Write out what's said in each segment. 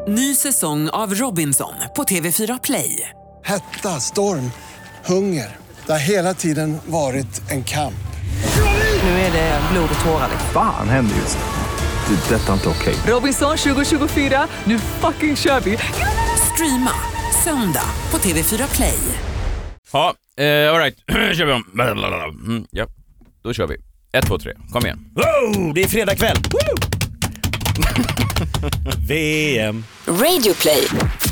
Ny säsong av Robinson på TV4 Play. Hetta, storm, hunger. Det har hela tiden varit en kamp. Nu är det blod och tårar. Fan händer just nu. Det. Detta är inte okej. Robinson 2024, nu fucking kör vi. Streama söndag på TV4 Play. Ja, all right. Kör vi om. Ja, då kör vi. 1, 2, 3. Kom igen. Wow, det är fredag kväll. VM. Radio Play.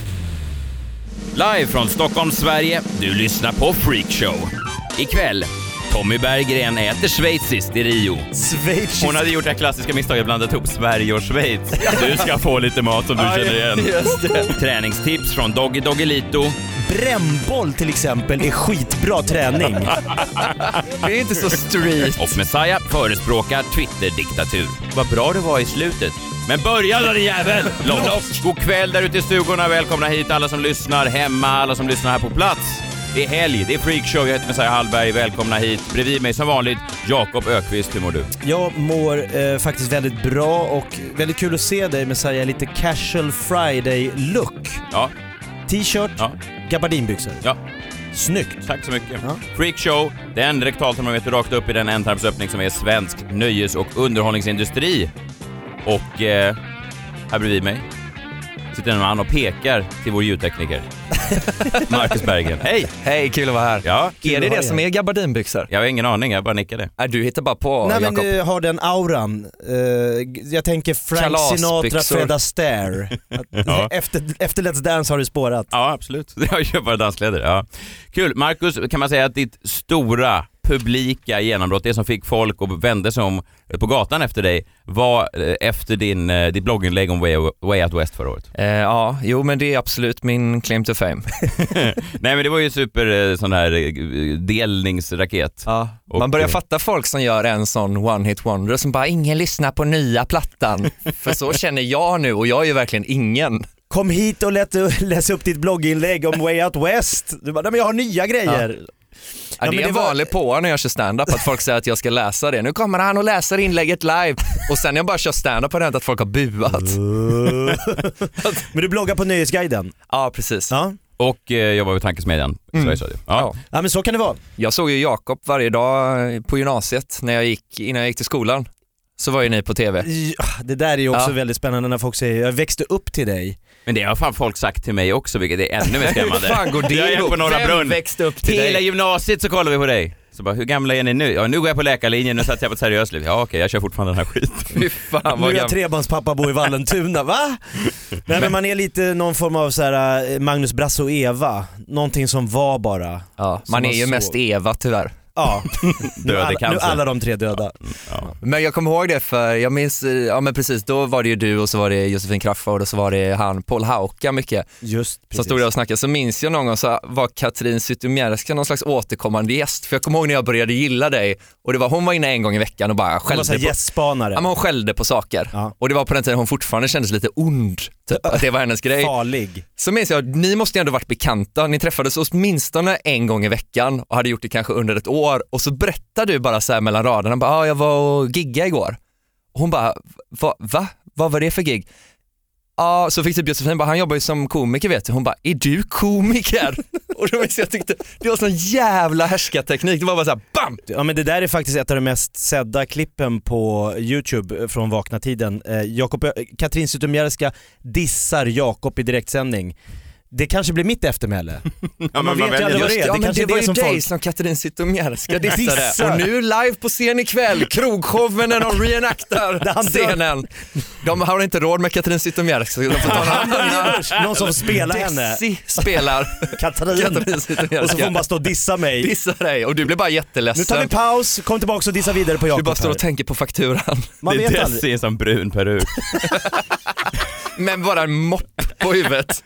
Live från Stockholm, Sverige. Du lyssnar på Freak Show. Ikväll, Tommy Berggren äter schweiziskt i Rio. Schweiziskt. Hon hade gjort det klassiska misstaget att blanda ihop Sverige och Schweiz. Du ska få lite mat som du känner igen. Just det. Träningstips från Doggy Doggelito. Brännboll till exempel är skitbra träning. Det är inte så street. Och Messiah förespråkar Twitter-diktatur. Vad bra det var i slutet. Men börja då, din jävel! Lock! God kväll där ute i stugorna. Välkomna hit alla som lyssnar hemma, alla som lyssnar här på plats. Det är helg, det är Freakshow. Jag heter Messiah Hallberg. Välkomna hit. Bredvid mig som vanligt, Jakob Ökvist. Hur mår du? Jag mår faktiskt väldigt bra och väldigt kul att se dig, Messiah. Lite casual Friday-look. Ja. T-shirt, Ja. gabardinbyxor. Ja. Snyggt. Tack så mycket. Ja. Freakshow, den rektaltermometer rakt upp i den ändtarmsöppning som är svensk nöjes- och underhållningsindustri. Och här bredvid mig sitter en man och pekar till vår ljudtekniker Marcus Berggren. Hej! Hej, kul att vara här. Ja, Är det att ha det som är gabardinbyxor? jag har ingen aning, jag bara nickade. Du hittar bara på, Nej, Jakob. men har den auran. Jag tänker Frank Kalasbyxor. Sinatra, Fred Astaire. Ja. Efter Let's Dance har du spårat. Ja, absolut. Jag kör bara dansleder. Ja. Kul. Marcus, kan man säga att ditt stora publika genombrott, det som fick folk att vända sig om på gatan efter dig, var efter ditt blogginlägg om Way Out West förra året? Ja, jo men det är absolut min claim to fame. Nej, men det var ju super sån här delningsraket. Ja. Man börjar fatta folk som gör en sån one-hit wonder som bara, ingen lyssnar på nya plattan. För så känner jag nu, och jag är ju verkligen ingen. Kom hit och läs upp ditt blogginlägg om Way Out West. Du bara, nej, men jag har nya grejer. Ja, det är en vanlig på när jag kör stand-up att folk säger att jag ska läsa det. Nu kommer han och läser inlägget live. Och sen när jag bara kör stand-up på det att folk har buat. Men du bloggar på Nöjesguiden. Ja, precis. Ja. Och jag var vid Tankesmedjan. Sveriges Radio. Ja. Ja, men så kan det vara. Jag såg ju Jakob varje dag på gymnasiet innan jag gick till skolan. Så var ju ni på TV. Ja, det där är ju också väldigt spännande när folk säger jag växte upp till dig. Men det har fan folk sagt till mig också, vilket är ännu mer skrämmande. Hur fan går det jag är ihop? på Norra Vem Brunn. växte upp till Hela dig? gymnasiet så kollar vi på dig. Så bara, hur gamla är ni nu? Ja, nu går jag på läkarlinjen, nu satt jag på ett seriöst liv. Ja, okej, jag kör fortfarande den här skiten. Fy fan Nu vad är jag gammal. trebarnspappa, bor i Vallentuna, va? Nej, men man är lite någon form av så här Magnus, Brasse och Eva. Någonting som var bara. Ja, som man är ju så. mest Eva tyvärr. Ja, nu cancer. alla de tre döda. Ja. Men jag kommer ihåg det för jag minns, ja men precis, då var det ju du och så var det Josefin Crafoord och så var det han Paul Hauka mycket. Just precis. Så stod jag och snackade, så minns jag någon gång så var Katrin Zytomierska någon slags återkommande gäst. För jag kommer ihåg när jag började gilla dig och det var, hon var inne en gång i veckan och bara Hon var skällde så här på. gästspanare. Ja, men hon skällde på saker. Ja. Och det var på den tiden hon fortfarande kändes lite ond. Typ, att det var hennes grej. Farlig. Så minns jag, ni måste ju ändå varit bekanta. Ni träffades åtminstone en gång i veckan och hade gjort det kanske under ett år. Och så berättade du bara så här mellan raderna, bara, jag var och giggade igår. Och hon bara, va? Vad var det för gig? Ja, så fick typ Josefin bara, han jobbar ju som komiker vet du. Hon bara, är du komiker? Och då minns jag tyckte, det var sån jävla härskarteknik. Det var bara så här, bam! Ja, men det där är faktiskt ett av de mest sedda klippen på YouTube från vakna tiden. Katrin Zytomierska dissar Jakob i direktsändning. Det kanske blir mitt eftermäle. Ja, man vet ju aldrig vad det är. Ja, Det men kanske det är var ju som dig folk... som Katrin Zytomierska dissade. Dissar. Och nu live på scen ikväll, krogshowen när de reenactar scenen. De har inte råd med Katrin Zytomierska, så de får ta Någon som spelar henne. Desi spelar Katrin. Zytomierska. Och så får hon bara stå och dissa mig. Dissa dig och du blir bara jätteledsen. Nu tar vi paus, kom tillbaka och dissa vidare på Jakob. Du bara står och här. tänker på fakturan. Man det vet är aldrig. Desi som brun peruk. Men bara en mopp på huvudet.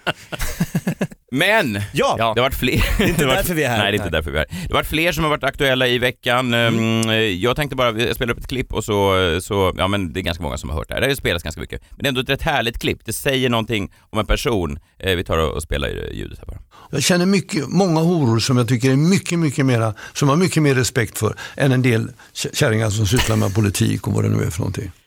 Men Ja, det har varit fler. det är inte därför vi är här. Nej, det är inte därför vi är här. Det har varit fler som har varit aktuella i veckan. Jag tänkte bara, jag spelar upp ett klipp och så ja, men det är ganska många som har hört det här. Det har ju spelats ganska mycket. Men det är ändå ett rätt härligt klipp. Det säger någonting om en person. Vi tar och spelar ljudet här bara. Jag känner många horor som jag tycker är mycket mera, som har mycket mer respekt för än en del kärringar som sysslar med politik och vad det nu är för någonting.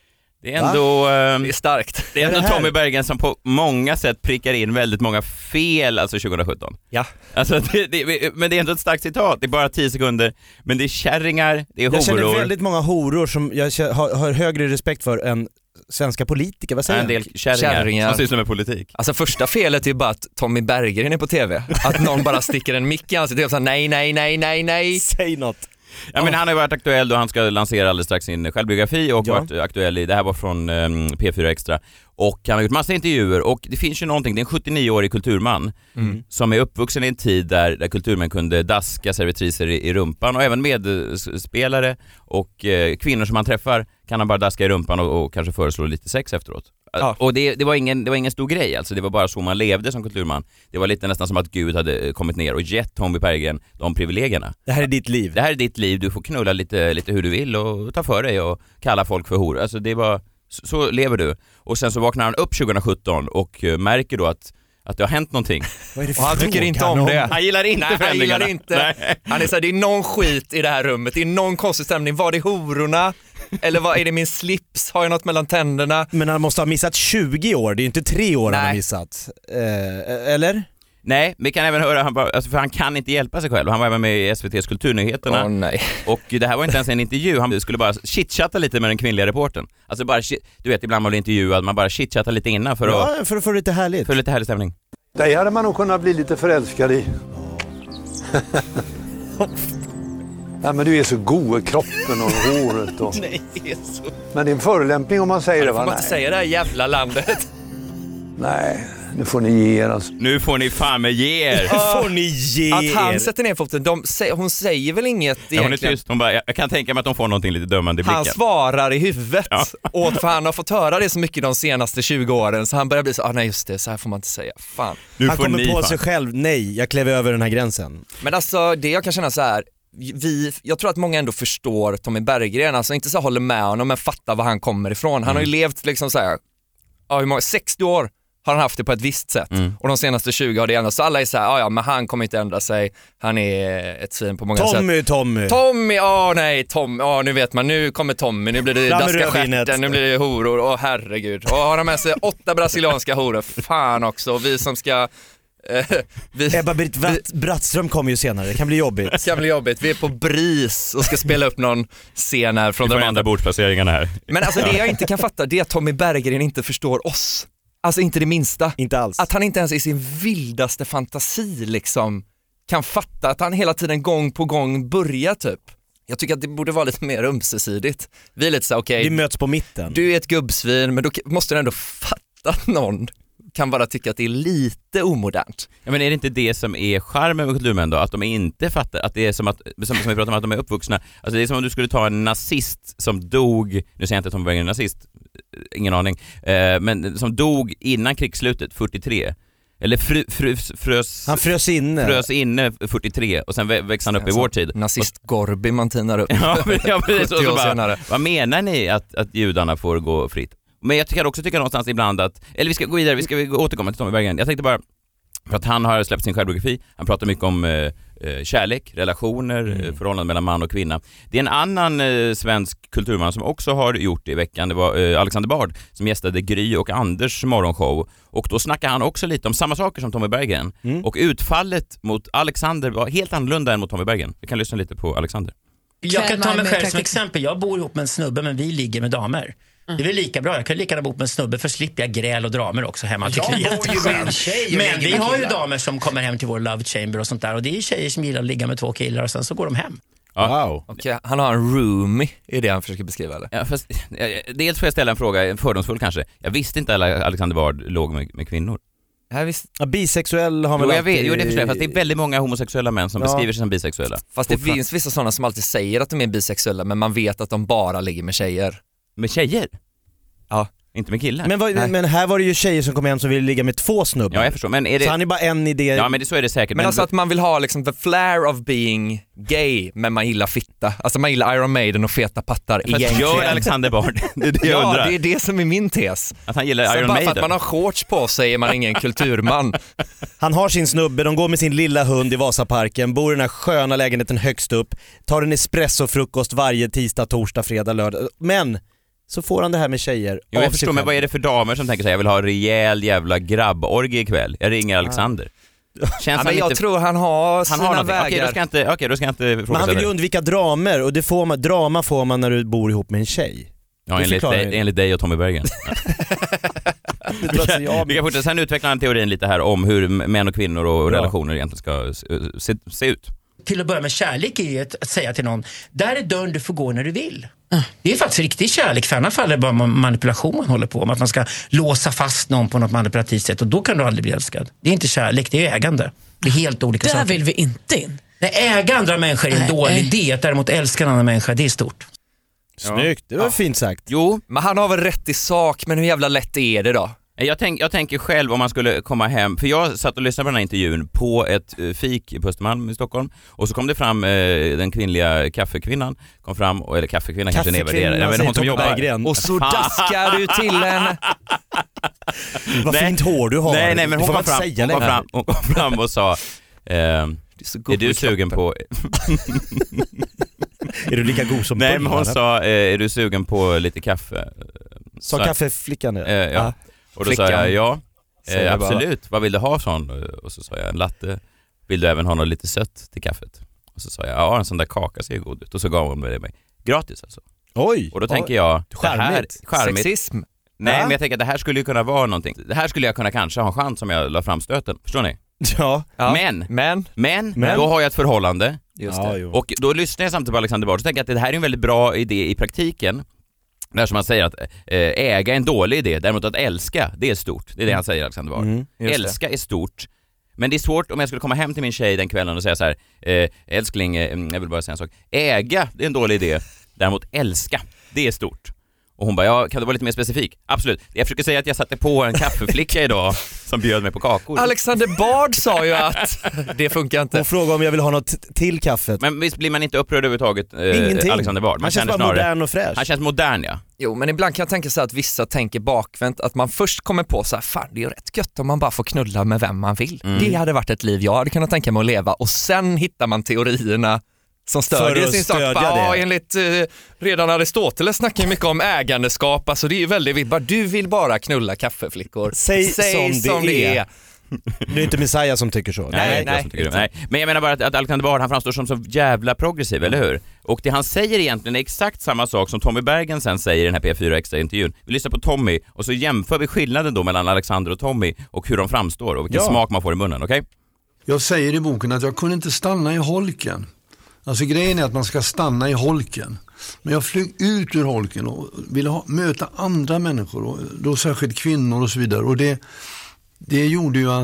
Det är ändå... Det är starkt. Det är ändå det här? Tommy Berggren som på många sätt prickar in väldigt många fel, alltså 2017. Ja. Alltså men det är ändå ett starkt citat, det är bara 10 sekunder. Men det är kärringar, det är horor. Jag känner väldigt många horor som jag har högre respekt för än svenska politiker. Vad säger En del kärringar som sysslar med politik. Alltså första felet är ju bara att Tommy Berggren är på TV. Att någon bara sticker en mick i ansiktet och säger nej. Säg något. Ja, men han har varit aktuell då, han ska lansera alldeles strax sin självbiografi och varit aktuell i, det här var från P4 Extra, och han har gjort massa intervjuer, och det finns ju någonting, det är en 79-årig kulturman som är uppvuxen i en tid där kulturmän kunde daska servitriser i rumpan, och även medspelare och kvinnor som han träffar kan han bara daska i rumpan och kanske föreslå lite sex efteråt. Ja. Och det var ingen stor grej, alltså det var bara så man levde som kulturman. Det var lite nästan som att Gud hade kommit ner och gett Tommy Berggren de privilegierna. Det här är ditt liv. Det här är ditt liv, du får knulla lite hur du vill och ta för dig och kalla folk för hor. Alltså det var, så lever du. Och sen så vaknar han upp 2017 och märker då att det har hänt någonting. Vad är det Och han tycker inte om det. Han gillar inte förändringarna. Han gillar inte. Nej. Han är så här, det är någon skit i det här rummet, det är någon konstig stämning. Var det hororna? Eller vad är det, min slips? Har jag något mellan tänderna? Men han måste ha missat 20 år, det är ju inte 3 år han har missat. Eller? Nej, vi kan även höra, för han kan inte hjälpa sig själv. Han var även med i SVT:s Kulturnyheterna. Nej. Och det här var inte ens en intervju, han skulle bara chitchatta lite med den kvinnliga reportern. Alltså bara, du vet ibland man blir intervjuad, man bara chitchattar lite innan för att få lite härligt. För lite härlig stämning. Det hade man nog kunnat bli lite förälskad i. Ja, men du är så god i kroppen och håret. Och... Nej, det är så... Men det är en förelämpning om man säger det, va? Får man inte säga det här jävla landet? Nej, nu får ni ge er alltså. Nu får ni fan med ge er. Får ni ge er. Att han sätter ner foten, hon säger väl inget egentligen. Hon är tyst, hon bara, jag kan tänka mig att de får någonting lite dömande i blicken. Han svarar i huvudet åt, för han har fått höra det så mycket de senaste 20 åren, så han börjar bli så, nej just det, så här får man inte säga, fan. Nu han får kommer ni på fan. sig själv, nej, jag klev över den här gränsen. Men alltså, det jag kan känna så här, jag tror att många ändå förstår Tommy Berggren, alltså inte så håller med honom, men fattar var han kommer ifrån. Han har ju levt liksom så här, hur många, 60 år har han haft det på ett visst sätt. Och de senaste 20 har det ändrats. Så alla är så här, ja men han kommer inte ändra sig. Han är ett svin på många sätt. Tommy, nu vet man, nu kommer Tommy, nu blir det daska stjärten, nu blir det horor, herregud. Och har han med sig 8 brasilianska horor, fan också. Och vi som ska... Ebba-Britt Brattström kommer ju senare, det kan bli jobbigt. Det kan bli jobbigt, vi är på BRIS och ska spela upp någon scen här från de andra bordsplaceringarna här. Men alltså det jag inte kan fatta, det är att Tommy Berggren inte förstår oss. Alltså inte det minsta. Inte alls. Att han inte ens i sin vildaste fantasi liksom kan fatta att han hela tiden gång på gång börjar typ. Jag tycker att det borde vara lite mer ömsesidigt. Vi är lite så okej. Vi möts på mitten. Du är ett gubbsvin, men då måste du ändå fatta att någon kan bara tycka att det är lite omodernt. Ja, men är det inte det som är charmen med kulturmän då? Att de inte fattar, att det är som att, som vi pratar om, att de är uppvuxna. Alltså det är som om du skulle ta en nazist som dog, nu säger jag inte att Tommy Berggren är nazist, ingen aning, men som dog innan krigsslutet, 43. Eller han frös inne 43 och sen växte han upp i vår tid. Nazist Gorby man tinar upp. ja, precis. Och så bara, vad menar ni att judarna får gå fritt? Men jag tycker också någonstans ibland att, eller vi ska gå vidare, vi ska återkomma till Tommy Berggren. Jag tänkte bara, för att han har släppt sin självbiografi, han pratar mycket om kärlek, relationer, förhållanden mellan man och kvinna. Det är en annan svensk kulturman som också har gjort det i veckan. Det var Alexander Bard som gästade Gry och Anders morgonshow. Och då snackar han också lite om samma saker som Tommy Berggren. Och utfallet mot Alexander var helt annorlunda än mot Tommy Berggren. Vi kan lyssna lite på Alexander. Jag kan ta mig själv som exempel. Jag bor ihop med en snubbe, men vi ligger med damer. Det är väl lika bra. Jag kan lika gärna bo med en snubbe, för slipper jag gräl och dramer också hemma. Jag bor ju med en tjej. Men vi har ju damer som kommer hem till vår love chamber och sånt där. Och det är tjejer som gillar att ligga med 2 killar och sen så går de hem. Wow. Okej, han har en roomie, är det han försöker beskriva eller? Ja, fast, dels får jag ställa en fråga, fördomsfull kanske. Jag visste inte att Alexander Bard låg med kvinnor. Bisexuell har man alltid... Jo, det förstår jag, fast det är väldigt många homosexuella män som beskriver sig som bisexuella. Fast det finns vissa sådana som alltid säger att de är bisexuella, men man vet att de bara ligger med tjejer. Med tjejer? Ja. Inte med killar. Men här var det ju tjejer som kom hem som ville ligga med 2 snubbar. Ja, jag förstår. Men är det... Så han är bara en idé. Ja, men så är det säkert. Men alltså att man vill ha liksom the flair of being gay, men man gillar fitta. Alltså man gillar Iron Maiden och feta pattar egentligen. Gör Alexander Bard? Det är det jag undrar. Ja, det är det som är min tes. Att han gillar Iron Iron Maiden. Maiden. För att man har shorts på sig är man ingen kulturman. Han har sin snubbe, de går med sin lilla hund i Vasaparken, bor i den här sköna lägenheten högst upp, tar en espressofrukost varje tisdag, torsdag, fredag, lördag. Men så får han det här med tjejer. Jo, jag förstår, men vad är det för damer som tänker så här, jag vill ha rejäl jävla grabborgie ikväll. Jag ringer Alexander. Känns men jag inte... tror han har sina vägar. Okej, då ska jag inte men han vill ju undvika dramer, och det får man, drama får man när du bor ihop med en tjej. Ja, enligt dig och Tommy Bergen. Vi kan fortsätta. Sen utveckla en teorin lite här om hur män och kvinnor och relationer egentligen ska se ut. Till att börja med, kärlek är att säga till någon, där är dörren, du får gå när du vill. Det är faktiskt riktig kärlek, för annars är det bara manipulation man håller på med. Att man ska låsa fast någon på något manipulativt sätt, och då kan du aldrig bli älskad. Det är inte kärlek, det är ägande. Det är helt olika saker. Där vill vi inte in. Nej, äga andra människor är en dålig idé, att däremot älska en annan människa, det är stort. Snyggt, det var fint sagt. Jo, men han har väl rätt i sak, men hur jävla lätt är det då? Jag tänker själv om man skulle komma hem, för jag satt och lyssnade på den här intervjun på ett fik på Östermalm i Stockholm, och så kom det fram den kvinnliga kaffekvinnan kom fram, eller kaffekvinnan kanske nedvärderar, men hon som jobbar, och så daskar du till henne. Vad fint hår du har. Nej, men hon kom fram och sa är du sugen på är du lika god som nej, men hon sa är du sugen på lite kaffe? Sa kaffeflickan ja. Och då flickan. sa jag absolut, vad vill du ha från? Och så sa jag en latte. Vill du även ha något lite sött till kaffet? Och så sa jag, en sån där kaka ser god ut. Och så gav hon det mig gratis alltså. Oj. Och då tänker jag, charmigt. Sexism. Nej, men jag tänker att det här skulle ju kunna vara någonting. Det här skulle jag kunna kanske ha en chans om jag la fram stöten. Förstår ni? Ja. Men då har jag ett förhållande. Just det. Och då lyssnar jag samtidigt på Alexander Bard och tänker att det här är en väldigt bra idé i praktiken. Där som man säger att äga är en dålig idé, däremot att älska, det är stort. Det är det han säger, Alexander Bard. Älska är stort. Men det är svårt om jag skulle komma hem till min tjej den kvällen och säga så här, älskling, jag vill bara säga en sak. Äga, det är en dålig idé. Däremot älska, det är stort. Och hon bara, kan du vara lite mer specifik? Absolut. Jag försöker säga att jag satte på en kaffeflicka idag som bjöd mig på kakor. Alexander Bard sa ju att det funkar inte. Hon frågade om jag vill ha något till kaffet. Men visst blir man inte upprörd överhuvudtaget, Alexander Bard? Han känns bara modern och fräsch. Han känns modern, ja. Jo, men ibland kan jag tänka så att vissa tänker bakvänt, att man först kommer på så här, fan det är ju rätt gött om man bara får knulla med vem man vill. Det hade varit ett liv jag hade kunnat tänka mig att leva, och sen hittar man teorierna som stödjer sin sak. Ja, enligt redan Aristoteles snackar mycket om ägandeskap, alltså det är ju väldigt, du vill bara knulla kaffeflickor. Säg som det är. Det är inte Messiah som tycker så. Nej. Men jag menar bara att Alexander Bard, han framstår som så jävla progressiv, eller hur? Och det han säger egentligen är exakt samma sak som Tommy Bergen sen säger i den här P4 Extra-intervjun. Vi lyssnar på Tommy och så jämför vi skillnaden då mellan Alexander och Tommy och hur de framstår och vilken smak man får i munnen, okej? Jag säger i boken att jag kunde inte stanna i holken. Alltså grejen är att man ska stanna i holken. Men jag flög ut ur holken och ville möta andra människor, och då särskilt kvinnor och så vidare. Och det gjorde ju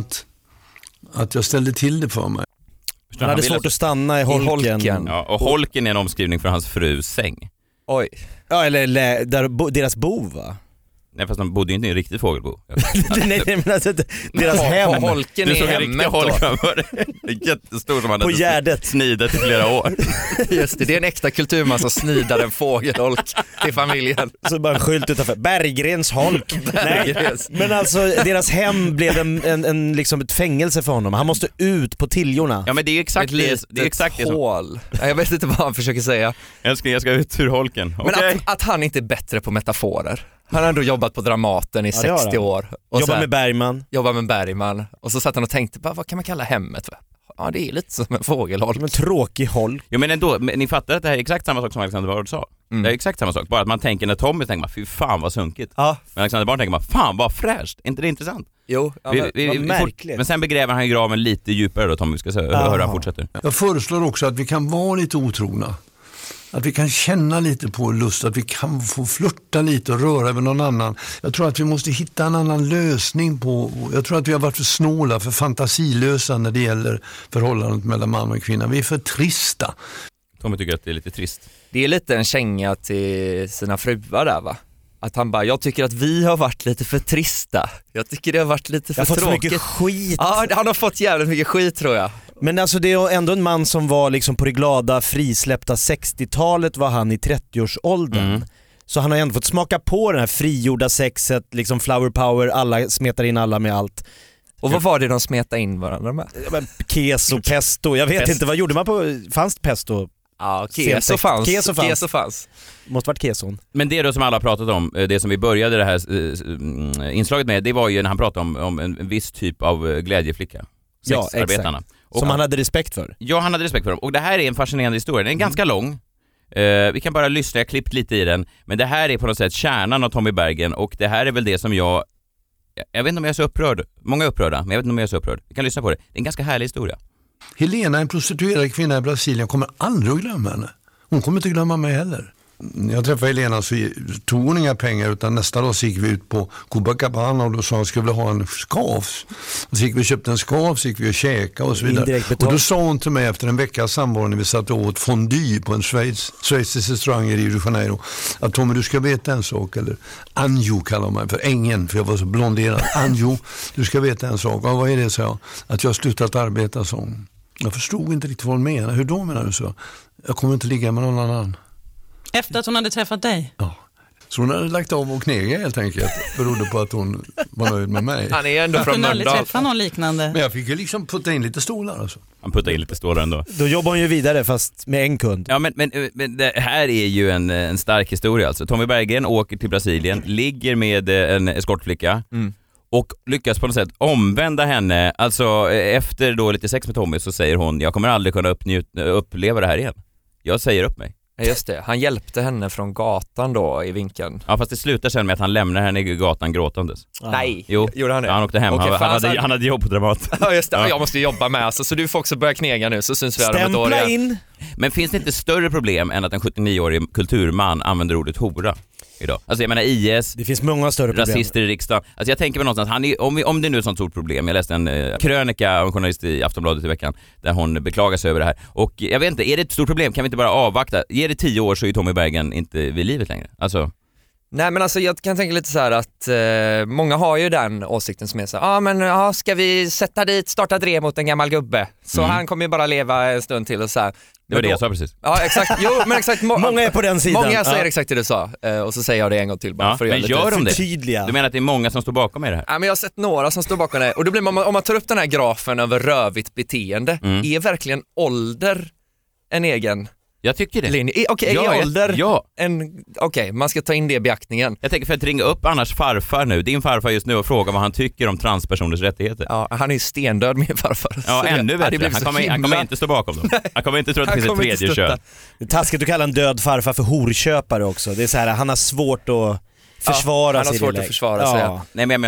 att jag ställde till det för mig. Han hade svårt att stanna i holken. Ja, och holken är en omskrivning för hans frus säng. Oj. Ja, eller deras bo, va? Nej, fast de bodde ju inte i en riktig fågelbo. Nej, men alltså deras hem. Holken är hemmet då. Jättestor som han på Gärdet snidat i flera år. Just det, det är en extra kulturman som snidar en fågelholk till familjen. Så bara en skylt utanför. Berggrens holk. Nej, men alltså deras hem blev en liksom ett fängelse för honom. Han måste ut på tiljorna. Ja, men det är exakt det är exakt det hål. Jag vet inte vad han försöker säga. Jag ska ut ur holken. Men att han inte är bättre på metaforer. Han har ändå jobbat på Dramaten i 60 år. Och jobbar med Bergman. Och så satt han och tänkte, vad kan man kalla hemmet? Ja, det är lite som en fågelholk. En tråkig holk. Jo, men ändå, ni fattar att det här är exakt samma sak som Alexander Bard sa. Det är exakt samma sak. Bara att man tänker, när Tommy tänker man, fy fan vad sunkigt. Ja. Men Alexander Bard tänker man, fan vad fräscht. Är inte det intressant? Jo, vad märkligt. Men sen begräver han graven lite djupare då, Tommy. Vi ska höra hur han fortsätter. Jag föreslår också att vi kan vara lite otrogna. Att vi kan känna lite på lust, att vi kan få flirta lite och röra över någon annan. Jag tror att vi måste hitta en annan lösning på, jag tror att vi har varit för snåla, för fantasilösa när det gäller förhållandet mellan man och kvinna. Vi är för trista. Tommy tycker att det är lite trist. Det är lite en känga till sina fruar där, va? Att han bara, jag tycker att vi har varit lite för trista. Jag tycker det har varit lite för tråkigt. Jag har fått för mycket skit. Ja, han har fått jävligt mycket skit, tror jag. Men alltså det är ändå en man som var liksom på det glada, frisläppta 60-talet, var han i 30-årsåldern. Så han har ändå fått smaka på den här frigjorda sexet, liksom flower power, alla smetar in alla med allt. Och vad var det de smetade in varandra med? Keso, pesto, jag vet inte, vad gjorde man på, fanns det pesto? Ja, keso fanns. Måste varit keson. Men det då som alla har pratat om, det som vi började det här inslaget med, det var ju när han pratade om en viss typ av glädjeflicka. Sexarbetarna. Som han hade respekt för. Ja, han hade respekt för dem. Och det här är en fascinerande historia. Den är ganska lång. Vi kan bara lyssna, jag har klippt lite i den. Men det här är på något sätt kärnan av Tommy Berggren. Och det här är väl det som jag vet inte om jag är så upprörd. Många är upprörda, men jag vet inte om jag är så upprörd. Vi kan lyssna på det. Det är en ganska härlig historia. Helena, en prostituerad kvinna i Brasilien, kommer aldrig att glömma henne. Hon kommer inte glömma mig heller. När jag träffade Helena så tog hon inga pengar, utan nästa dag så gick vi ut på Copacabana och då sa hon att jag skulle ha en skavs. Och så gick vi och köpte en skavs, så gick vi och käka och så vidare. Och då sa hon till mig efter en veckas samvaro när vi satt och åt fondue på en schweizisk restaurang i Rio de Janeiro, att Tommy, du ska veta en sak, eller Anjo kallar mig för ängen, för jag var så blonderad. Anjo, du ska veta en sak. Och vad är det, sa jag? Att jag har slutat arbeta, så. Jag förstod inte riktigt vad hon menar. Hur då, menar du? Så jag kommer inte ligga med någon annan. Efter att hon hade träffat dig? Ja. Så hon hade lagt av och knega helt enkelt. Berodde på att hon var nöjd med mig. Han är ändå från Mölndal. Aldrig träffa någon liknande. Men jag fick ju liksom putta in lite stolar alltså. Han puttade in lite stolar ändå. Då jobbar hon ju vidare fast med en kund. Ja, men det här är ju en stark historia alltså. Tommy Berggren åker till Brasilien, ligger med en eskortflicka. Och lyckas på något sätt omvända henne. Alltså efter då lite sex med Tommy så säger hon, jag kommer aldrig kunna uppleva det här igen. Jag säger upp mig. Just det, han hjälpte henne från gatan då i vinkeln. Ja, fast det slutar sen med att han lämnar henne i gatan gråtandes. Nej, gjorde han det? Ja, han åkte hem, okay, han hade jobb på Dramat. Ja, just det, jag måste jobba med alltså, så du får också börja knega nu så syns vi här om ett år igen. In. Men finns det inte större problem än att en 79-årig kulturman använder ordet hora idag? Alltså jag menar IS, det finns många större problem. Rasister i riksdagen. Alltså jag tänker väl någonstans, om det nu är ett sånt stort problem. Jag läste en krönika av en journalist i Aftonbladet i veckan där hon beklagar sig över det här. Och jag vet inte, är det ett stort problem? Kan vi inte bara avvakta? Ger det 10 år så är Tommy Berggren inte vid livet längre. Alltså... Nej, men alltså jag kan tänka lite så här att många har ju den åsikten som är så här, ska vi sätta dit, starta ett drev mot en gammal gubbe? Så han kommer ju bara leva en stund till och så här. Det var det jag sa precis. Ja, exakt. Jo, men exakt. Många är på den sidan. Många säger exakt det du sa. Och så säger jag det en gång till bara för att men gör de det? Tydliga. Du menar att det är många som står bakom i det här? Ja, men jag har sett några som står bakom det. Och då blir man, om man tar upp den här grafen över rövigt beteende, är verkligen ålder en egen... Jag tycker det. Linje. Okej, ålder. Ja. Okej, man ska ta in det i beaktningen. Jag tänker för att ringa upp annars farfar nu, din farfar just nu, och fråga vad han tycker om transpersoners rättigheter. Ja, han är ju stendöd min farfar. Ja, ännu bättre. Han kommer inte stå bakom dem. Han kommer inte tro att det finns ett tredje kön. Det är taskigt att kalla en död farfar för horköpare också. Det är så här, han har svårt att försvara sig. Han har svårt att försvara sig. Ja. Nej, men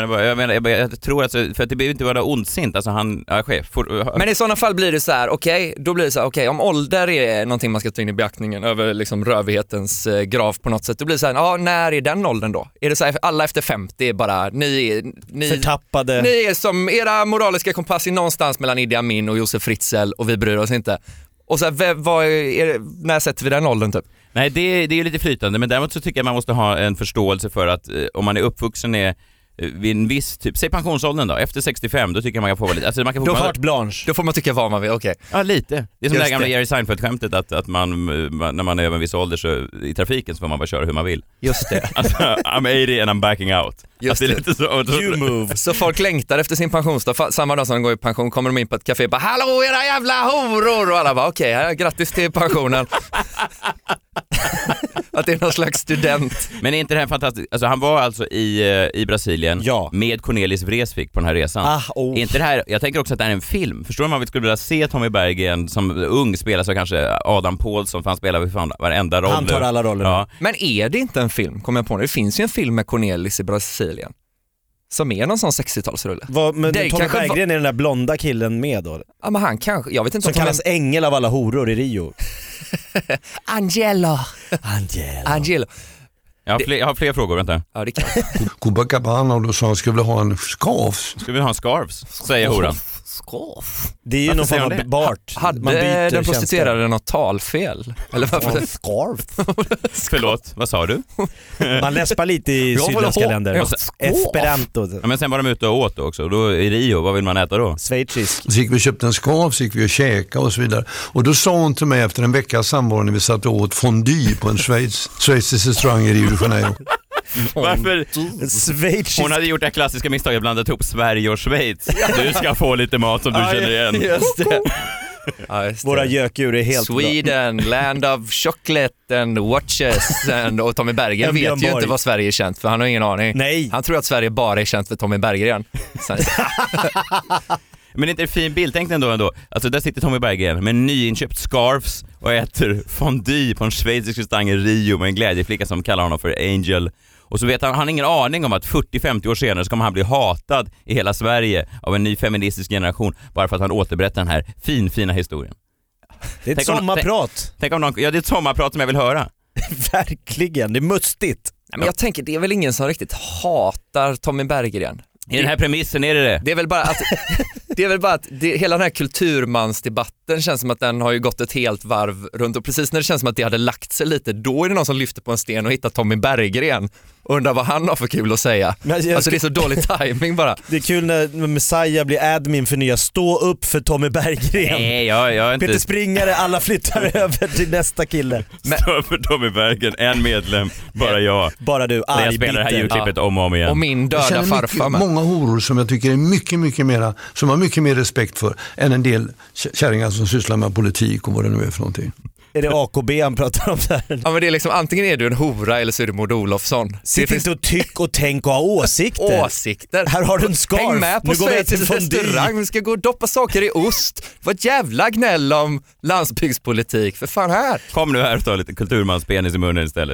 jag tror att för att det behöver inte vara ondsint, alltså han är chef. Men i sådana fall blir det så här, då blir det så här, om ålder är någonting man ska ta in i beaktningen över liksom rövighetens grav på något sätt, då blir det så här, när är den åldern då? Är det så här, alla efter 50 är bara ni förtappade. Ni är som era moraliska kompass är någonstans mellan Idi Amin och Josef Fritzl och vi bryr oss inte. Och så här, när sätter vi den åldern typ? Nej, det är lite flytande, men däremot så tycker jag man måste ha en förståelse för att om man är uppvuxen vid en viss typ, säg pensionsåldern då, efter 65, då tycker jag man kan få lite, alltså man kan få då får man tycka vad man vill, okej. Ja, lite. Det är som det gamla Jerry Seinfeld-skämtet att man, när man är över en viss ålder så i trafiken så får man bara köra hur man vill. Just det. Alltså, I'm 80 and I'm backing out. Just alltså, det är lite så. You move. Så folk längtar efter sin pensionsdag, samma dag som de går i pension kommer de in på ett café och bara, hallå era jävla horor, och alla bara, okej, grattis till pensionen. Att det är någon slags student. Men är inte det här fantastiskt? Alltså han var alltså i Brasilien med Cornelis Vreeswijk på den här resan. Är inte det här, jag tänker också att det är en film. Förstår man, vi skulle vilja se Tommy Berggren som ung spela så kanske Adam Pålsson, för han spelar varenda roll. Han tar alla roller. Ja. Men är det inte en film? Kommer jag på nu? Det finns ju en film med Cornelis i Brasilien som är någon sån 60-talsrulle. Men Tommy Berggren är den där blonda killen med då? Ja, men han kanske, jag vet inte. Som kallas ängel av alla horor i Rio. Angelo. Jag har fler frågor, vänta. Ja, det kan. Copacabana och då sa han, skulle vilja ha en scarf. Skulle vilja ha en scarf, säger horan. Scarf. Det är ju någon form av Bart. Hade den prostituerade något talfel? Eller varför? Scarf. Förlåt, vad sa du? Man läspar lite i sydländska länder. Esperanto. Ja, men sen var de ute och åt också. Då i Rio, vad vill man äta då? Schweizisk. Så gick vi och köpte en scarf, så gick vi och käka och så vidare. Och då sa hon till mig efter en veckas samvaro när vi satt och åt fondue på en schweizisk restaurang i Rio de Janeiro. Varför? Hon hade gjort det klassiska misstaget, blandat ihop Sverige och Schweiz. Du ska få lite mat som du känner igen. Just det. Ja, Våra gökur är helt Sweden, land of chocolate and watches och Tommy Berggren vet ju inte vad Sverige är känt för, han har ingen aning. Nej. Han tror att Sverige bara är känt för Tommy Berggren. Men inte en fin bild, tänk ändå. Alltså där sitter Tommy Berggren med nyinköpt scarves och äter fondue på en schweizisk restaurang i Rio med en glädjeflicka som kallar honom för Angel. Och så vet han har ingen aning om att 40-50 år senare så kommer han bli hatad i hela Sverige av en ny feministisk generation bara för att han återberättar den här fina historien. Det är ett sommarprat. Tänk om någon, ja, det är ett sommarprat som jag vill höra. Verkligen, det är mustigt. Men jag tänker, det är väl ingen som riktigt hatar Tommy Berggren. I den här premissen är det. Det är väl bara att hela den här kulturmansdebatten känns som att den har ju gått ett helt varv runt, och precis när det känns som att det hade lagt sig lite, då är det någon som lyfter på en sten och hittar Tommy Berggren och undrar vad han har för kul att säga. Alltså det är så dålig timing bara. Det är kul när Messiah blir admin för nya Stå upp för Tommy Berggren. Nej, jag är inte... Peter Springare, alla flyttar över till nästa kille. Stå upp för Tommy Berggren, en medlem, bara jag. Bara du, arg, jag spelar det här julklippet om och om igen. Och min döda farfar med. Många horor som jag tycker är mycket mera, som har mycket mer respekt för än en del kärringar som sysslar med politik och vad det nu är för någonting. Är det AKB han pratar om där? Ja, men det är liksom, antingen är du en hora eller så är du Maud Olofsson. Sitt inte och tyck och tänk och ha åsikter. Åsikter. Här har du en scarf. Häng med på Schweiz restaurang. Vi ska gå och doppa saker i ost. Vad ett jävla gnäll om landsbygdspolitik. För fan här. Kom nu här och ta lite kulturmanspenis i munnen istället.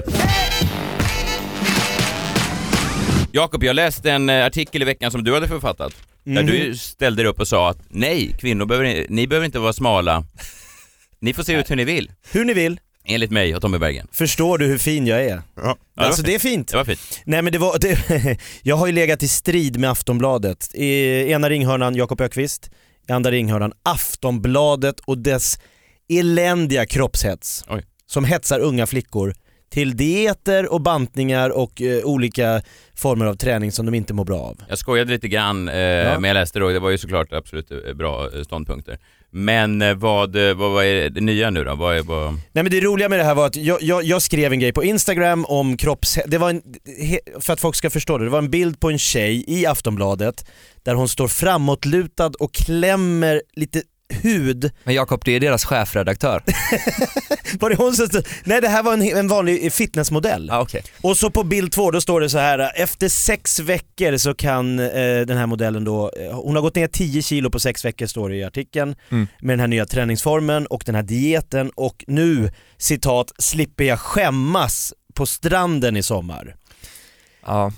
Jakob, jag läste en artikel i veckan som du hade författat. Där du ställde dig upp och sa att nej, kvinnor ni behöver inte vara smala. Ni får se ut hur ni vill. Hur ni vill. Enligt mig och Tommy Berggren. Förstår du hur fin jag är? Ja. Alltså det är fint. Det var fint. Nej men jag har ju legat i strid med Aftonbladet. I ena ringhörnan Jakob Ökvist, i andra ringhörnan Aftonbladet och dess eländiga kroppshets. Oj. Som hetsar unga flickor till dieter och bantningar och olika former av träning som de inte mår bra av. Jag skojade lite grann, men jag läste då, det var ju såklart absolut bra ståndpunkter. Men vad är det nya nu då? Vad... Nej men det roliga med det här var att jag skrev en grej på Instagram om det var för att folk ska förstå det var en bild på en tjej i Aftonbladet där hon står framåtlutad och klämmer lite hud. Men Jakob, det är deras chefredaktör. Var det hon som stod? Nej, det här var en vanlig fitnessmodell. Okay. Och så på bild 2 då står det så här: efter 6 veckor så kan den här modellen då, hon har gått ner 10 kilo på 6 veckor står det i artikeln, med den här nya träningsformen och den här dieten, och nu, citat, slipper jag skämmas på stranden i sommar. Ja.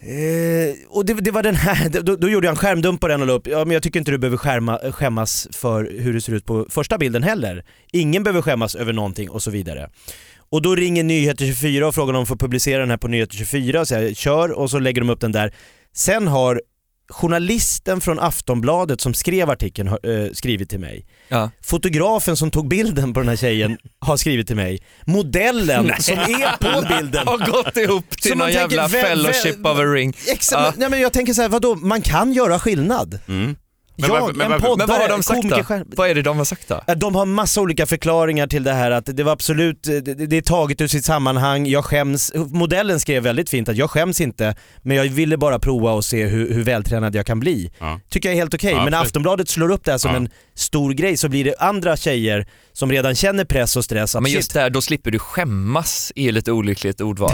Och det var den här, då gjorde jag en skärmdump på den och la upp. Ja, men jag tycker inte du behöver skämmas för hur det ser ut på första bilden heller. Ingen behöver skämmas över någonting och så vidare. Och då ringer Nyheter 24 och frågar om de får publicera den här på Nyheter 24 och säger kör, och så lägger de upp den där. Sen har journalisten från Aftonbladet som skrev artikeln skrivit till mig. Ja. Fotografen som tog bilden på den här tjejen har skrivit till mig. Modellen som är på bilden har gått ihop till någon jävla fellowship of a ring. Nej, men jag tänker så här, vadå? Man kan göra skillnad. Men vad har de sagt då? Vad är det de har sagt då? De har massa olika förklaringar till det här, att det var absolut, det är taget ur sitt sammanhang, jag skäms. Modellen skrev väldigt fint att jag skäms inte, men jag ville bara prova och se hur vältränad jag kan bli. Tycker jag är helt okej. Men när Aftonbladet slår upp det här som en stor grej så blir det andra tjejer som redan känner press och stress. Men just där, då slipper du skämmas, är lite olyckligt ordval.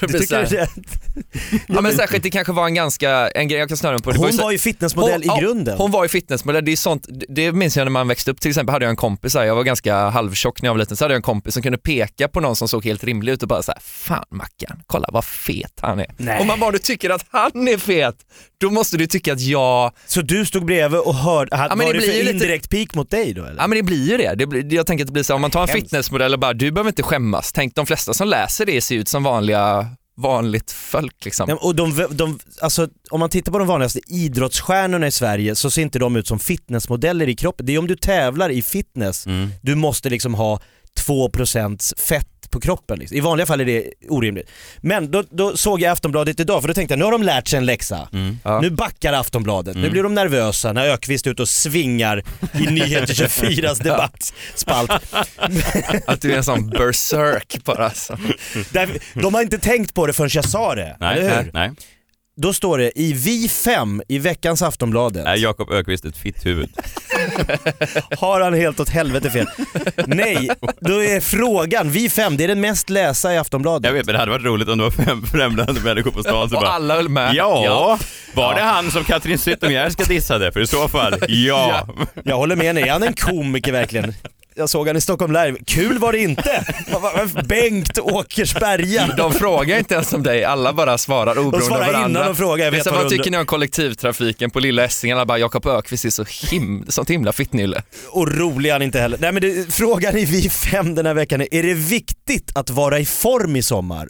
Ja, men särskilt det kanske var en grej jag kan snöra på. Hon var ju fitnessmodell i grunden. Hon var ju fitnessmodell, det är sånt, det minns jag när man växte upp. Till exempel hade jag en kompis här, jag var ganska halvtjock när jag var liten, så hade jag en kompis som kunde peka på någon som såg helt rimlig ut och bara så här: fan Mackan, kolla vad fet han är. Nej. Om man bara tycker att han är fet, då måste du tycka att jag... Så du stod bredvid och hörde, var det för indirekt peak mot dig då eller? Ja, men det blir ju det. Jag tänker att det blir så, om man tar en fitnessmodell och bara, du behöver inte skämmas. Tänk, de flesta som läser det ser ut som vanligt folk liksom. Ja, och alltså, om man tittar på de vanligaste idrottsstjärnorna i Sverige så ser inte de ut som fitnessmodeller i kroppen. Det är om du tävlar i fitness, du måste liksom ha 2% fett på kroppen liksom. I vanliga fall är det orimligt. Men då såg jag Aftonbladet idag, för då tänkte jag, nu har de lärt sig en läxa. Nu backar Aftonbladet. Nu blir de nervösa när Ökvist ut och svingar i Nyheter 24s debattspalt. Att du är en sån berserk bara. Så. De har inte tänkt på det förrän jag sa det. Nej. Då står det i Vi5 i veckans Aftonbladet. Är Jakob Ökvist ett fitt huvud? Har han helt åt helvete fel? Nej, då är frågan, vi 5, det är den mest läsa i Aftonbladet. Jag vet, men det hade varit roligt om det var 5 främlande människor på stan så Och bara, alla höll med. Ja, var det han som Katrin Zytomierska dissade? För i så fall, ja. Jag håller med, är han en komiker verkligen? Jag såg han i Stockholm Live. Kul var det inte. Bengt Åkersberga. De frågar inte ens om dig, alla bara svarar oberoende av varandra. De svarar innan de frågar. Det är vad tycker ni om kollektivtrafiken på Lilla Essingen? Alla bara, Jakob Ökvist är sånt himla fittnylle. Och rolig han inte heller. Nej, men frågan är vi 5 den här veckan är det viktigt att vara i form i sommar?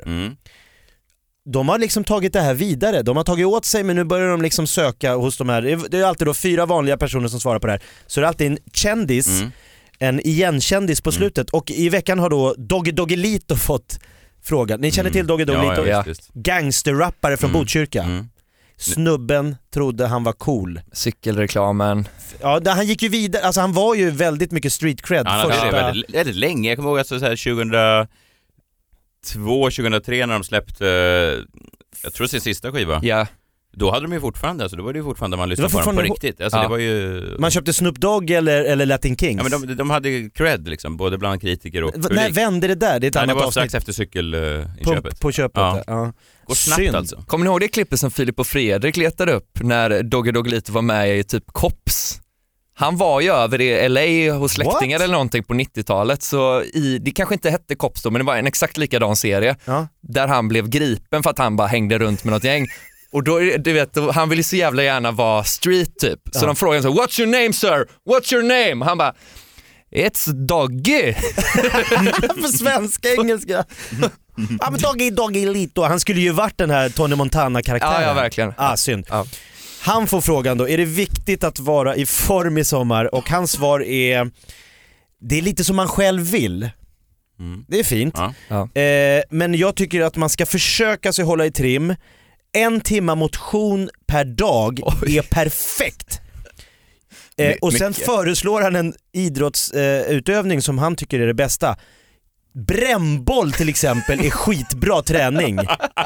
De har liksom tagit det här vidare. De har tagit åt sig, men nu börjar de liksom söka hos de här. Det är alltid då 4 vanliga personer som svarar på det här. Så det är alltid en kändis, en igenkändis på slutet. Och i veckan har då Doggelito fått frågan. Ni känner till Doggelito? Ja. Gangsterrappare från Botkyrka. Snubben trodde han var cool. Cykelreklamen. Ja, han gick ju vidare. Alltså han var ju väldigt mycket street cred. Han hade det väldigt länge. Jag kommer ihåg att så här 2002-2003 när de släppte, jag tror sin sista skiva. Ja. Då hade de ju fortfarande, alltså då var det ju fortfarande man lyssnade på dem på riktigt. Alltså det var ju... Man köpte Snoop Dogg eller Latin Kings. Ja, men de hade cred liksom, både bland kritiker och publik. När vände det där? Det är ett annat var avsnitt. Strax efter cykelinköpet. På köpet, ja. Går snabbt Synd. alltså. Kommer ni ihåg det klippet som Filip och Fredrik letade upp när Doggelito var med i typ Kops? Han var ju över i LA hos släktingar eller någonting på 90-talet, så det kanske inte hette Kops då, men det var en exakt likadan serie där han blev gripen för att han bara hängde runt med något gäng. Och då, du vet, han ville så jävla gärna vara street typ. Så de frågade så, what's your name sir? What's your name? Han bara, it's Doggy. På svenska, engelska. Ja, men Doggelito. Han skulle ju varit den här Tony Montana-karaktären. Ja, verkligen. Synd. Ja. Han får frågan då, är det viktigt att vara i form i sommar? Och hans svar är, det är lite som man själv vill. Det är fint. Men jag tycker att man ska försöka sig hålla i trim. 1 timme motion per dag är perfekt. Och sen föreslår han en idrottsutövning som han tycker är det bästa. Brännboll till exempel är skitbra träning.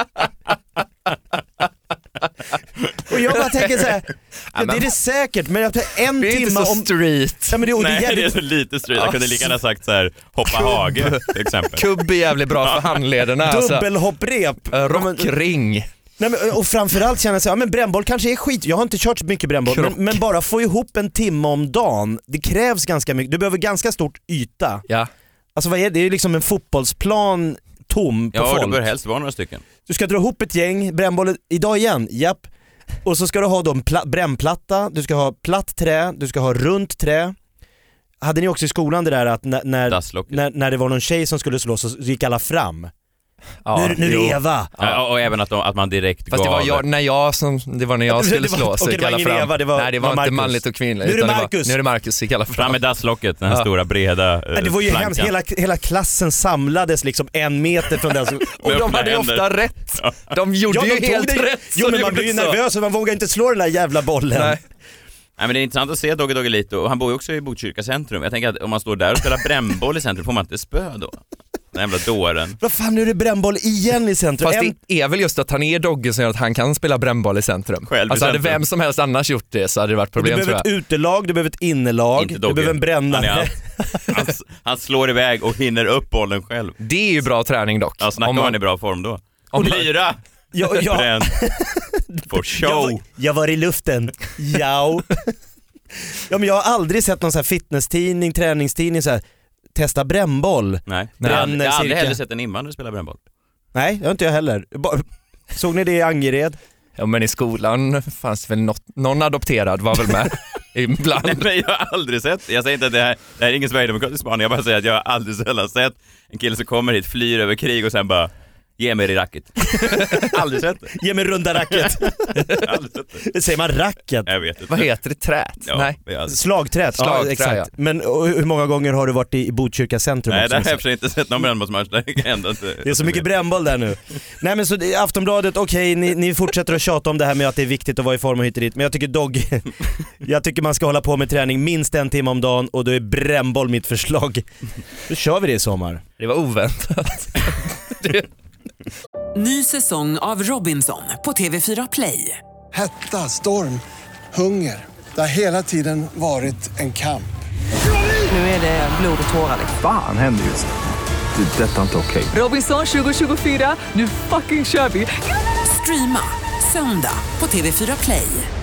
Och jag bara tänker så här, det är det säkert, men jag tar 1 timme det är inte så street. Ja, men det är så lite street. Jag kunde lika gärna sagt så här, hoppa hage till exempel. Kubb är jävligt bra för handlederna. Dubbelhopprep. Rockring. Nej, men, och framförallt känner jag så här, men brännboll kanske är skit. Jag har inte kört så mycket brännboll, men bara få ihop 1 timme om dagen. Det krävs ganska mycket. Du behöver ganska stort yta. Ja. Alltså vad är det? Det är ju liksom en fotbollsplan tom på folk. Ja, det bör helst vara några stycken. Du ska dra ihop ett gäng, brännboll idag igen, japp. Och så ska du ha då en brännplatta, du ska ha platt trä, du ska ha runt trä. Hade ni också i skolan det där att när det var någon tjej som skulle slå så gick alla fram? Ja, nu är det Eva. Ja, och även att man direkt fast gav... det var när jag skulle slå så gick alla fram. Eva, det var inte Marcus. Manligt och kvinnligt. Nu är det Marcus. Nu är det Marcus, gick alla fram. Fram med dasslocket, den här stora breda det var ju hemskt, hela klassen samlades liksom 1 meter från den. Och de hade ofta rätt. De gjorde ju helt rätt. Jo, men man blir ju nervös och man vågar inte slå den där jävla bollen. Nej, men det är intressant att se Doggelito, och han bor ju också i Botkyrka centrum. Jag tänker att om man står där och spelar brännboll i centrum får man inte spö då. Den jävla dåren. Vad fan, nu är det brännboll igen i centrum. Fast det är väl just att han är Dogge som gör att han kan spela brännboll i centrum. Själv alltså i hade vem som helst annars gjort det så hade det varit problem, du behöver ett utelag, du behöver ett innelag, du behöver en brännare. Han slår iväg och hinner upp bollen själv. Det är ju bra träning dock. Ja, snacka om man är i bra form då. Om lyra! Ja. For show. Jag var i luften. Ja, men jag har aldrig sett någon så här fitnesstidning, träningstidning så här, testa brännboll. Nej. Jag har aldrig heller sett en invandrare spela brännboll. Nej, det har inte jag heller. Såg ni det i Angered? Ja, men i skolan fanns väl någon adopterad var väl med ibland. Nej, men jag har aldrig sett. Jag säger inte att det här är ingen sverigedemokratisk spaning. Jag bara säger att jag har aldrig sällan sett en kille som kommer hit, flyr över krig och sen bara ge mig racket. Aldrig sett det. Ge mig runda racket. Aldrig sett det. Säger man racket? Jag vet inte. Vad heter det? Trät? Ja, nej. Slagträt, ja, exakt. Ja. Men hur många gånger har du varit i Botkyrka centrum? Nej, också? där har jag inte sett någon brännbollsmatch. Det är så mycket brännboll där nu. Nej, men så Aftonbladet, okej, ni fortsätter att tjata om det här med att det är viktigt att vara i form och hit och dit. Men jag tycker jag tycker man ska hålla på med träning minst 1 timme om dagen, och då är brännboll mitt förslag. Då kör vi det i sommar. Det var oväntat. Ny säsong av Robinson på TV4 Play. Hetta, storm, hunger. Det har hela tiden varit en kamp. Nu är det blod och tårar. Fan händer just det. Detta är inte okej. Robinson 2024, nu fucking kör vi! Streama söndag på TV4 Play.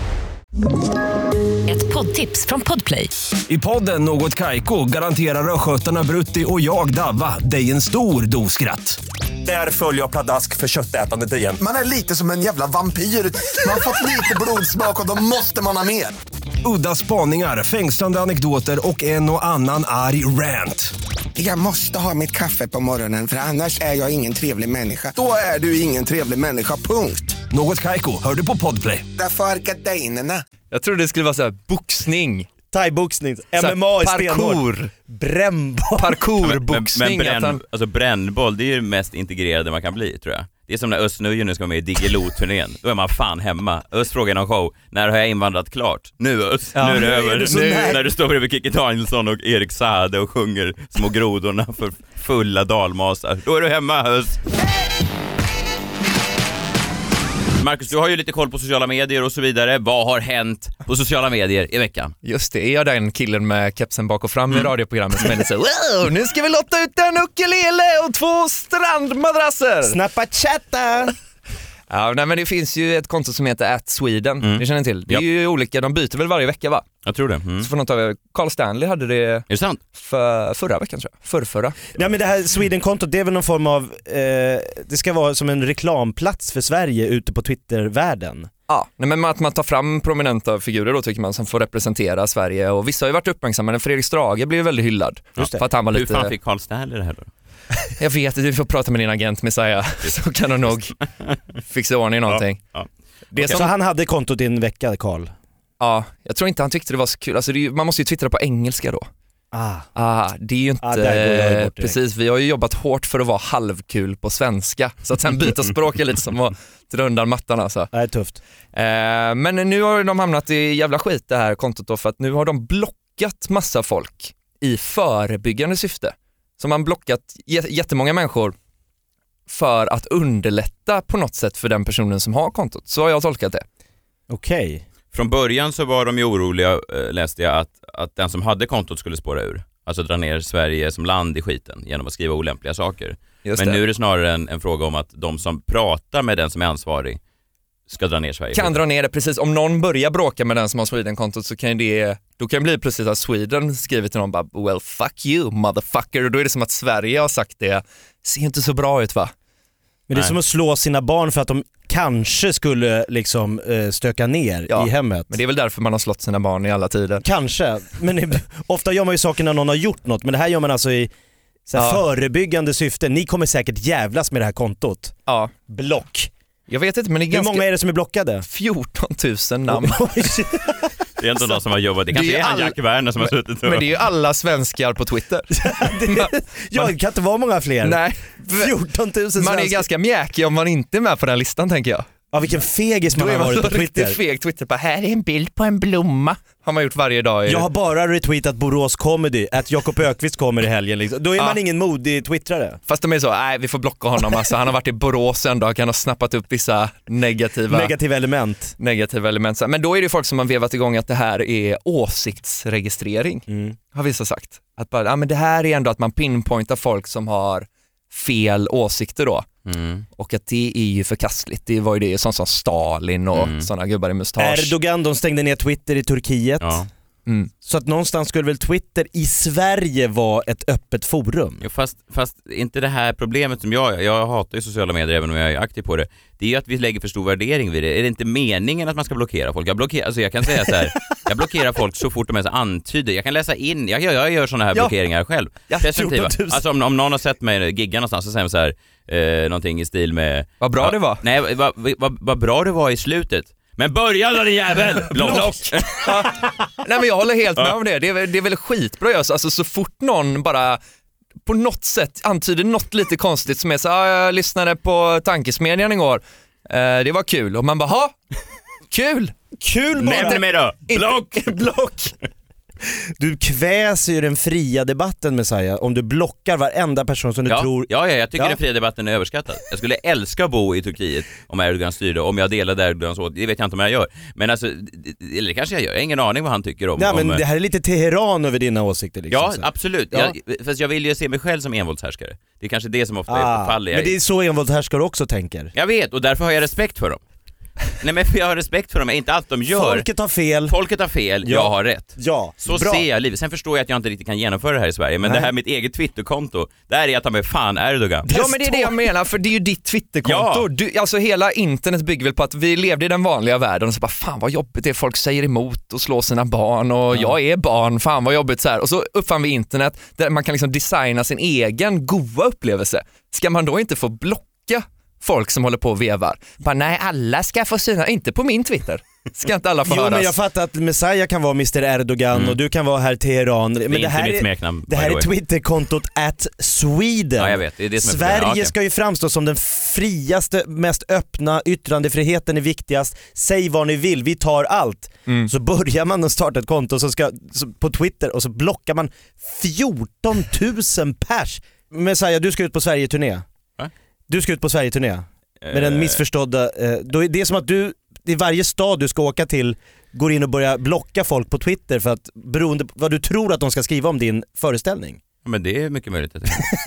Ett poddtips från Podplay. I podden Något Kaiko garanterar röskötarna Brutti och jag Davva dig en stor doskratt. Där följer jag pladask för köttätandet igen. Man är lite som en jävla vampyr. Man har fått lite blodsmak och då måste man ha mer. Udda spaningar, fängslande anekdoter och en och annan arg rant. Jag måste ha mitt kaffe på morgonen för annars är jag ingen trevlig människa. Då är du ingen trevlig människa, punkt. Något Kaiko, hör du på Podplay. Därför är gardinerna. Jag trodde det skulle vara så här boxning. Thai-boxning, MMA i parkour. Brännboll. Parkourboxning. Alltså brännboll, det är ju det mest integrerade man kan bli, tror jag. Det är som när Östnöjen nu ska vara med i Diggiloo-turnén. Då är man fan hemma. Öst frågar någon show, när har jag invandrat klart? Nu Öst, nu är det över. Nu, när du står bredvid Kikki Danielsson och Erik Saade och sjunger Små grodorna för fulla dalmasar. Då är du hemma, Öst. Marcus, du har ju lite koll på sociala medier och så vidare. Vad har hänt på sociala medier i veckan? Just det, är jag den killen med kepsen bak och fram i radioprogrammet som är lite så wow, nu ska vi lotta ut en ukulele och 2 strandmadrasser. Snapchat-chatta. Ja, nej, men det finns ju ett konto som heter @Sweden. Det känner ni till. Det är ju olika, de byter väl varje vecka, va? Jag tror det. Så får något av Carl Stanley hade det. Är det sant? Förra veckan, tror jag. Förra. Ja, men det här Sweden-kontot, det är väl någon form av det ska vara som en reklamplats för Sverige ute på Twitter-världen. Ja, nej, men att man tar fram prominenta figurer då, tycker man, som får representera Sverige. Och vissa har ju varit uppmärksamma. Fredrik Strage blev ju väldigt hyllad. Just det. För att han var lite... Hur fan fick Carl Stanley det här då? Jag vet, du får prata med din agent Messiah, så kan du nog fixa ordning någonting. Ja. Det Så han hade kontot i en vecka, Carl? Ja, jag tror inte han tyckte det var så kul. Alltså man måste ju twittra på engelska då. Det är ju inte... där går jag bort precis, vi har ju jobbat hårt för att vara halvkul på svenska. Så att sen byta språk är lite som att dra undan mattan alltså. Det är tufft. Men nu har de hamnat i jävla skit det här kontot då, för att nu har de blockat massa folk i förebyggande syfte. Så man blockat jättemånga människor för att underlätta på något sätt för den personen som har kontot. Så har jag tolkat det. Okej. Från början så var de ju oroliga, läste jag, att den som hade kontot skulle spåra ur. Alltså dra ner Sverige som land i skiten genom att skriva olämpliga saker. Men nu är det snarare en fråga om att de som pratar med den som är ansvarig ska dra ner Sverige. Kan dra ner det, precis. Om någon börjar bråka med den som har Sweden-kontot så kan det... Då kan det bli precis att Sweden skriver till någon bara, well fuck you motherfucker, och då är det som att Sverige har sagt det. Ser inte så bra ut, va? Men det är som att slå sina barn för att de kanske skulle liksom stöka ner i hemmet. Men det är väl därför man har slått sina barn i alla tider. Kanske, men ofta gör man ju saker när någon har gjort något, men det här gör man alltså i förebyggande syfte. Ni kommer säkert jävlas med det här kontot. Ja. Block. Jag vet inte, men det är ganska... Hur många är det som är blockade? 14 000 namn. Det är inte någon som har jobbat. Det kanske är han Jack Werner som har suttit och... Men det är ju alla svenskar på Twitter. Det kan inte vara många fler. Nej. 14 000 svenskar. Man är ganska mjäkig om man inte är med på den listan, tänker jag. Ja, vilken fegis man har varit på Twitter. Riktigt feg Twitter. Bara, här är en bild på en blomma. Har man gjort varje dag. Jag har bara retweetat Borås Comedy, att Jakob Ökvist kommer i helgen. Liksom. Då är man ingen modig twittrare. Fast de är så, nej vi får blocka honom. Alltså, han har varit i Borås en dag, han har snappat upp vissa negativa element. Men då är det folk som har vevat igång att det här är åsiktsregistrering. Har vissa sagt. Att bara, men det här är ändå att man pinpointar folk som har fel åsikter då. Och att det är ju förkastligt. Det var ju det sånt som Stalin och sådana gubbar i mustasch. Erdogan, de stängde ner Twitter i Turkiet. Ja. Så att någonstans skulle väl Twitter i Sverige vara ett öppet forum. Ja, fast inte det här problemet som jag hatar ju sociala medier även om jag är aktiv på det. Det är ju att vi lägger för stor värdering vid det. Är det inte meningen att man ska blockera folk? Jag kan säga så här, jag blockerar folk så fort de ens antyder. Jag kan läsa in, jag gör såna här blockeringar själv. Presentativa. Alltså om någon har sett mig gigga någonstans så säger man så här någonting i stil med... Vad bra det var. Nej, vad bra det var i slutet. Men börja då, din jävel! Block! Nej, men jag håller helt med om det. Det är väl skitbra. Alltså så fort någon bara på något sätt antyder något lite konstigt som är så jag lyssnade på Tankesmedjan igår. Det var kul. Och man bara, kul! Kul bara! Nämn mig då! Block! Du kväser ju den fria debatten, Messiah, om du blockar varenda person som du tror... Ja, jag tycker den fria debatten är överskattad. Jag skulle älska att bo i Turkiet om Erdogan styrde, om jag delade Erdogans åt. Det vet jag inte om jag gör. Men alltså, eller kanske jag gör. Jag har ingen aning vad han tycker om... Nej, men det här är lite Teheran över dina åsikter. Liksom, ja, så. Absolut. Ja. Fast jag vill ju se mig själv som envåldshärskare. Det är kanske det som ofta är på fall. Men det är så envåldshärskare också tänker. Jag vet, och därför har jag respekt för dem. Nej, men jag har respekt för dem, inte allt de gör. Folket har fel, jag har rätt. Ja, så bra. ser jag livet. Sen förstår jag att jag inte riktigt kan genomföra det här i Sverige. Men det här mitt eget Twitterkonto, där är jag ta med fan Erdogan. Ja, men det är det jag menar, för det är ju ditt Twitterkonto. Ja. Alltså hela internet bygger väl på att vi levde i den vanliga världen och så bara, fan vad jobbigt det är, folk säger emot och slår sina barn och jag är barn, fan vad jobbigt så här. Och så uppfann vi internet där man kan liksom designa sin egen goda upplevelse. Ska man då inte få blocka folk som håller på och vevar? Bara, nej, alla ska få syna, inte på min Twitter. Ska inte alla få höras? Men jag fattar att Messiah kan vara Mr. Erdogan och du kan vara herr Teheran. Men det här är smeknamn, det här är Twitterkontot @Sweden. Ja, jag vet. Det är det som Sverige ska ju framstå som den friaste, mest öppna, yttrandefriheten är viktigast. Säg vad ni vill, vi tar allt. Så börjar man att starta ett konto på Twitter och så blockar man 14 000 pers. Messiah, du ska ut på Sverige-turné. Du ska ut på Sverige-turné med den missförstådda... det är som att du i varje stad du ska åka till går in och börjar blocka folk på Twitter för att beroende på vad du tror att de ska skriva om din föreställning. Ja, men det är mycket möjligt att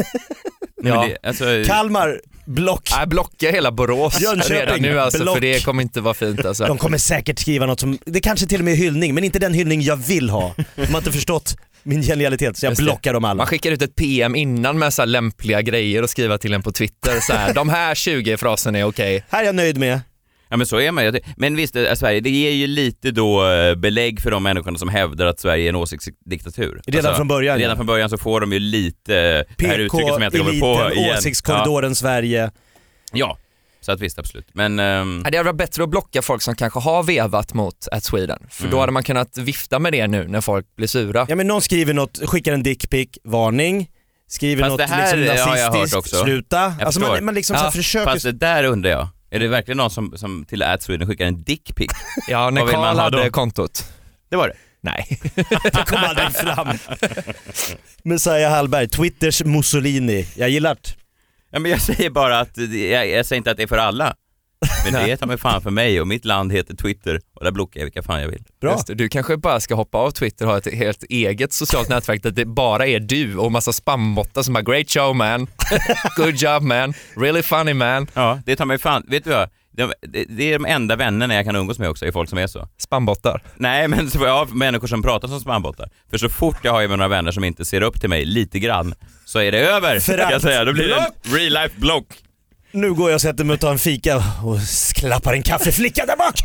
Kalmar, block. Nej, blocka hela Borås redan nu alltså, block. för det kommer inte vara fint alltså. De kommer säkert skriva något som, det kanske till och med är hyllning, men inte den hyllning jag vill ha. De har inte förstått min genialitet, så jag blockar dem alla. Man skickar ut ett PM innan med så här lämpliga grejer och skriva till en på Twitter så här, de här 20 fraserna är okej. Här är jag nöjd med. Ja, men så är man. Men visst, Sverige, det ger ju lite då belägg för de människorna som hävdar att Sverige är en åsiktsdiktatur. Redan från början. Redan från början så får de ju lite det här uttrycket som jag inte kommer på igen. Åsiktskorridoren Sverige. Ja, så att visst, absolut. Men det hade varit bättre att blocka folk som kanske har vevat mot @Sweden. För då hade man kunnat vifta med det nu när folk blir sura. Ja, men någon skriver något, skickar en dickpic, varning. Skriver fast något det här liksom har jag hört nazistiskt, också. sluta. Alltså man liksom så försöker... Fast det där undrar jag. Är det verkligen någon som till @Sweden skickar en dickpic? Ja, när Carl hade kontot. Det var det? Nej. Det kom aldrig fram. Messiah Hallberg, Twitters Mussolini. Jag gillar det. Ja, men jag säger bara att jag säger inte att det är för alla. Men det är mig fan för mig och mitt land heter Twitter och där blockar jag vilka fan jag vill. Bra. Just det, du kanske bara ska hoppa av Twitter och ha ett helt eget socialt nätverk där det bara är du och massa spambottar som bara great show man, good job man, really funny man. Ja, det tar mig fan, vet du vad? Det är de enda vännerna jag kan umgås med också, är folk som är så. Spambottar? Nej, men människor som pratar som spambottar. För så fort jag har med några vänner som inte ser upp till mig lite grann så är det över, kan jag säga. Då blir det en real life block. Nu går jag och sätter mig och tar en fika och klappar en kaffeflicka där bak.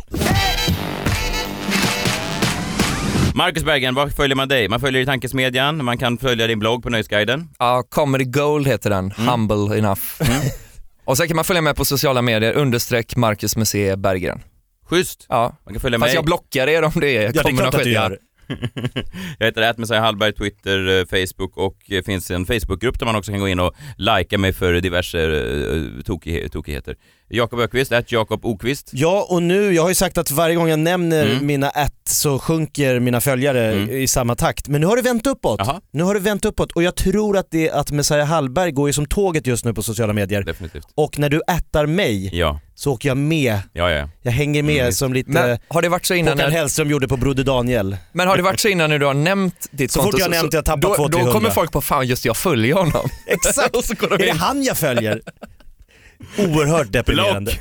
Marcus Berggren, var följer man dig? Man följer i Tankesmedjan, man kan följa din blogg på Nöjesguiden. Ja, Comedy Gold heter den, humble enough. Och sen kan man följa med på sociala medier, Marcus Messiah Berggren. Schysst. Ja. Man kan följa Fast med. jag blockar er om det är. Ja, det är klart att du gör. Jag heter Messiah Hallberg, Twitter, Facebook och det finns en Facebookgrupp där man också kan gå in och likea mig för diverse tokigheter. Jakob Ökvist, Jakob Okvist. Ja, och nu, jag har ju sagt att varje gång jag nämner mina så sjunker mina följare i samma takt. Men nu har det vänt uppåt. Aha. Nu har det vänt uppåt och jag tror att det att Messiah Hallberg går ju som tåget just nu på sociala medier. Definitivt. Och när du ättar mig så åker jag med. Ja. Jag hänger med som lite. Men har det varit så innan Håkan Hellström gjorde på Broder Daniel. Men har det varit så innan när du har nämnt ditt så konto? Så fort jag nämnt jag tappat 200-300. Då kommer folk på fan just jag följer honom. Exakt. Är det han jag följer? Oerhört deprimerande.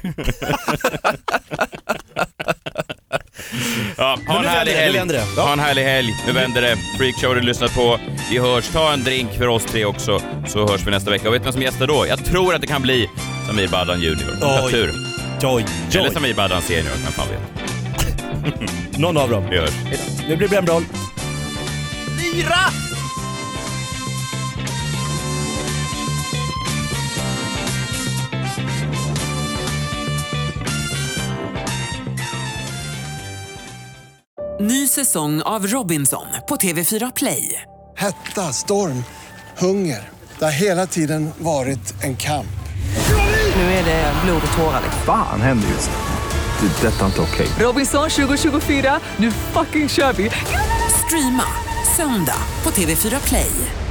Ja, ha en härlig helg. Ha en härlig helg. Nu vänder det. Freakshow du lyssnat på. Vi hörs. Ta en drink för oss tre också, så hörs vi nästa vecka. Och vet du vem som gästar då? Jag tror att det kan bli Samir Badran Junior. Tur. Eller Samir Badran Senior, men fan vet. Någon av dem. Vi hörs. Nu blir Brännboll. Lyra! Ny säsong av Robinson på TV4 Play. Hetta, storm, hunger. Det har hela tiden varit en kamp. Nu är det blod och tårar. Fan händer just det. Detta är inte okej. Robinson 2024, nu fucking kör vi. Streama söndag på TV4 Play.